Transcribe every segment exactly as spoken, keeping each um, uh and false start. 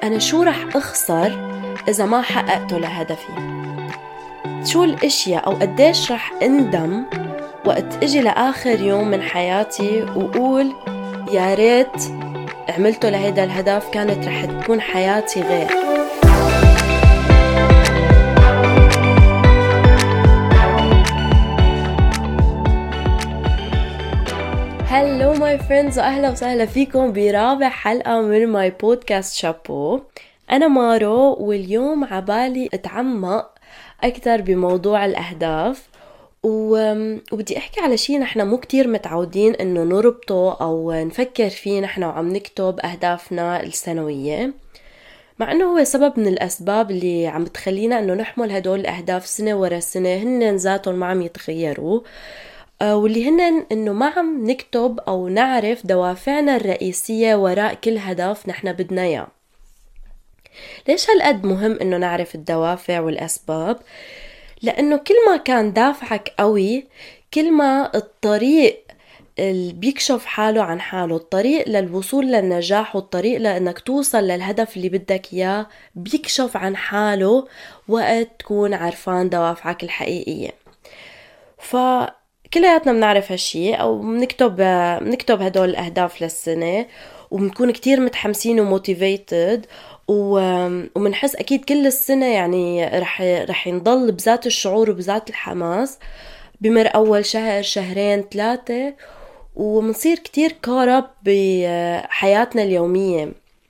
أنا شو رح أخسر إذا ما حققته لهدفي؟ شو الاشياء أو قديش رح أندم وقت اجي لآخر يوم من حياتي وقول يا ريت عملته لهيدا الهدف، كانت رح تكون حياتي غير. هلو ماي فريندز، واهلا وسهلا فيكم برابع حلقة من ماي بودكاست شابو. انا مارو، واليوم عبالي اتعمق اكثر بموضوع الاهداف، وبدي احكي على شيء نحن مو كتير متعودين انه نربطه او نفكر فيه نحن وعم نكتب اهدافنا السنوية، مع انه هو سبب من الاسباب اللي عم تخلينا انه نحمل هدول الاهداف سنة ورا سنة، هن ذاتهم ما عم يتغيروا، واللي هن انه ما عم نكتب او نعرف دوافعنا الرئيسية وراء كل هدف نحن بدنا اياه. ليش هالقد مهم انه نعرف الدوافع والاسباب؟ لانه كل ما كان دافعك قوي، كل ما الطريق اللي بيكشف حاله عن حاله، الطريق للوصول للنجاح والطريق لانك توصل للهدف اللي بدك اياه بيكشف عن حاله وقت تكون عرفان دوافعك الحقيقية. ف كلياتنا بنعرف هالشي، او بنكتب بنكتب هدول الاهداف للسنة وبنكون كتير متحمسين وموتيفيتد، ومنحس اكيد كل السنة يعني رح رح نضل بذات الشعور وبذات الحماس. بمر اول شهر شهرين ثلاثة ومنصير كتير كارب بحياتنا اليومية،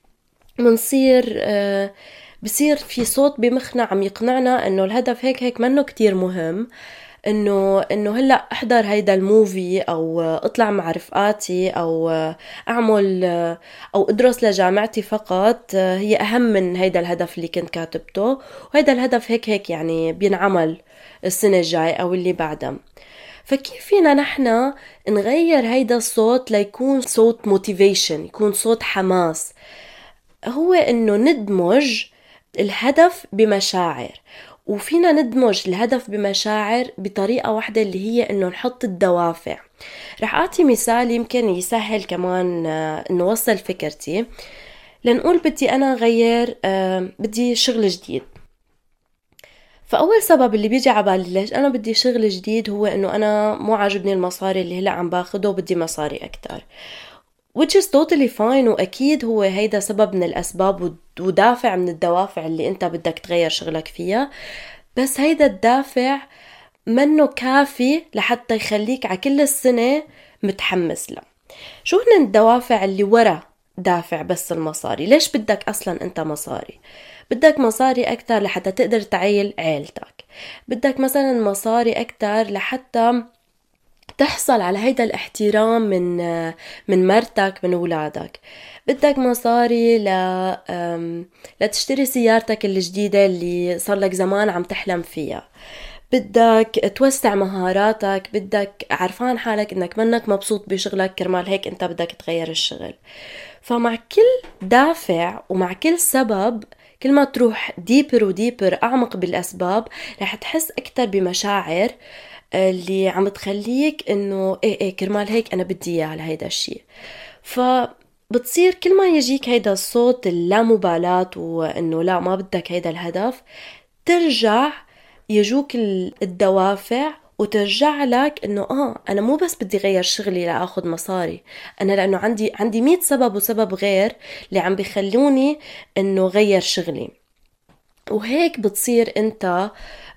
منصير بصير في صوت بمخنا عم يقنعنا انه الهدف هيك هيك منه كتير مهم، انه انه هلا احضر هيدا الموفي او اطلع مع رفقاتي او اعمل او ادرس لجامعتي فقط هي اهم من هيدا الهدف اللي كنت كاتبته، وهيدا الهدف هيك هيك يعني بينعمل السنة الجاي او اللي بعدها. فكيف فينا نحن نغير هيدا الصوت ليكون صوت موتيفيشن، يكون صوت حماس؟ هو انه ندمج الهدف بمشاعر، وفينا ندمج الهدف بمشاعر بطريقة واحدة اللي هي انه نحط الدوافع. رح اعطي مثال يمكن يسهل كمان انه وصل فكرتي. لنقول بدي انا غير، بدي شغل جديد. فاول سبب اللي بيجي عبالي ليش انا بدي شغل جديد هو انه انا مو عاجبني المصاري اللي هلا عم باخده وبدي مصاري اكتر، which is totally fine، وأكيد هو هيدا سبب من الأسباب ودافع من الدوافع اللي أنت بدك تغير شغلك فيها. بس هيدا الدافع منه كافي لحتى يخليك على كل السنة متحمس له. شو هن الدوافع اللي ورا دافع بس المصاري؟ ليش بدك أصلا أنت مصاري؟ بدك مصاري أكتر لحتى تقدر تعيل عيلتك، بدك مثلا مصاري أكتر لحتى تحصل على هيدا الاحترام من من مرتك من أولادك، بدك مصاري ل لتشتري سيارتك الجديدة اللي صار لك زمان عم تحلم فيها، بدك توسع مهاراتك، بدك عرفان حالك انك منك مبسوط بشغلك كرمال هيك انت بدك تغير الشغل. فمع كل دافع ومع كل سبب، كل ما تروح ديبر وديبر أعمق بالأسباب، رح تحس أكتر بمشاعر اللي عم تخليك انه ايه ايه كرمال هيك انا بدي اياه على هيدا الشيء. فبتصير كل ما يجيك هيدا الصوت اللامبالاة وانه لا ما بدك هيدا الهدف، ترجع يجوك الدوافع وترجع لك انه اه انا مو بس بدي غير شغلي لأخذ مصاري، انا لانه عندي عندي مية سبب وسبب غير اللي عم بيخلوني انه غير شغلي. وهيك بتصير انت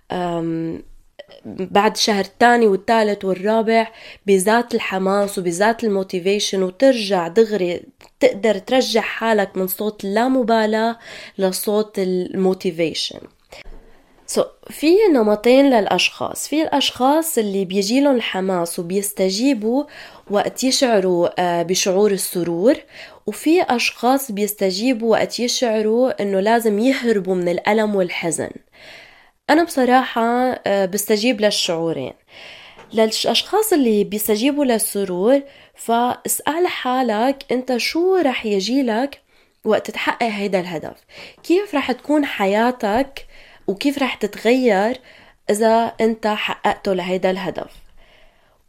بعد شهر الثاني والثالث والرابع بذات الحماس وبذات الموتيفيشن، وترجع دغري تقدر ترجع حالك من صوت اللامبالاة لصوت الموتيفيشن. so, في نمطين للأشخاص. في الأشخاص اللي بيجيلهم الحماس وبيستجيبوا وقت يشعروا بشعور السرور، وفي أشخاص بيستجيبوا وقت يشعروا أنه لازم يهربوا من الألم والحزن. أنا بصراحة بستجيب للشعورين. للأشخاص اللي بيستجيبوا للسرور، فاسأل حالك أنت شو رح يجيلك وقت تحقق هيدا الهدف، كيف رح تكون حياتك وكيف رح تتغير إذا أنت حققته لهيدا الهدف.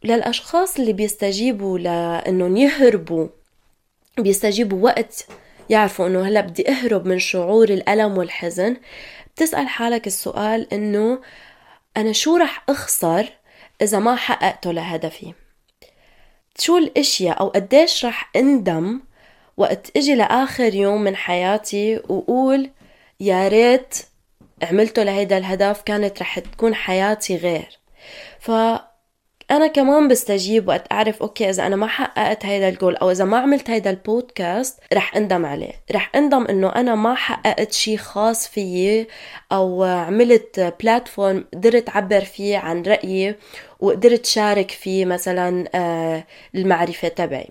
للأشخاص اللي بيستجيبوا لأنه يهربوا، بيستجيبوا وقت يعرفوا انه هلا بدي اهرب من شعور الألم والحزن، بتسأل حالك السؤال انه انا شو رح اخسر اذا ما حققته لهدفي؟ شو الاشياء او قديش رح اندم وقت اجي لاخر يوم من حياتي وقول يا ريت عملته لهيدا الهدف، كانت رح تكون حياتي غير. فأنا كمان بستجيب وقت أعرف أوكي إذا أنا ما حققت هيدا الجول أو إذا ما عملت هيدا البودكاست رح أندم عليه، رح أندم إنه أنا ما حققت شي خاص فيي أو عملت بلاتفورم قدرت أعبر فيه عن رأيي وقدرت شارك فيه مثلا المعرفة تبعي.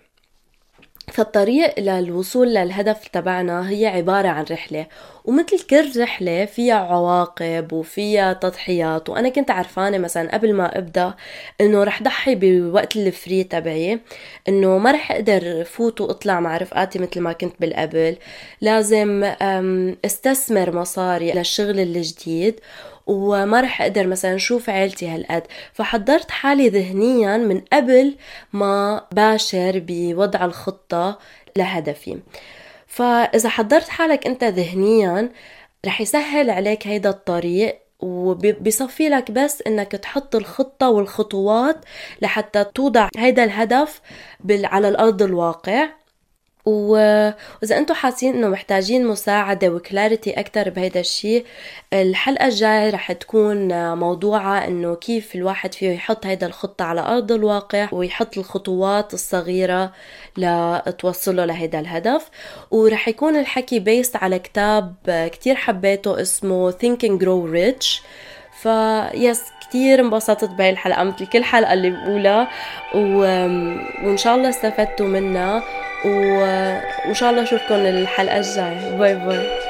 فالطريق للوصول للهدف تبعنا هي عبارة عن رحلة، ومثل كل رحلة فيها عواقب وفيها تضحيات. وأنا كنت عرفانة مثلا قبل ما أبدأ إنه رح ضحي بوقت الفري تبعي، إنه ما رح أقدر فوت وأطلع مع رفقاتي مثل ما كنت بالقبل، لازم استثمر مصاري للشغل الجديد، وما رح أقدر مثلا شوف عيلتي هالقد. فحضرت حالي ذهنيا من قبل ما باشر بوضع الخطة لهدفي. فإذا حضرت حالك أنت ذهنيا رح يسهل عليك هيدا الطريق، وبيصفي لك بس انك تحط الخطة والخطوات لحتى توضع هيدا الهدف على الأرض الواقع. وإذا أنتوا حاسين إنه محتاجين مساعدة وكلاريتي أكتر بهيدا الشيء، الحلقة الجاية رح تكون موضوعة إنه كيف الواحد فيه يحط هيدا الخطة على أرض الواقع ويحط الخطوات الصغيرة لتوصله لهيدا الهدف. ورح يكون الحكي بيست على كتاب كتير حبيته اسمه Think and Grow Rich. فيس كتير انبسطت بهاي الحلقة مثل كل حلقة اللي بقولها، وإن شاء الله استفدتوا منها، وإن شاء الله أشوفكم الحلقة الجاية. باي باي.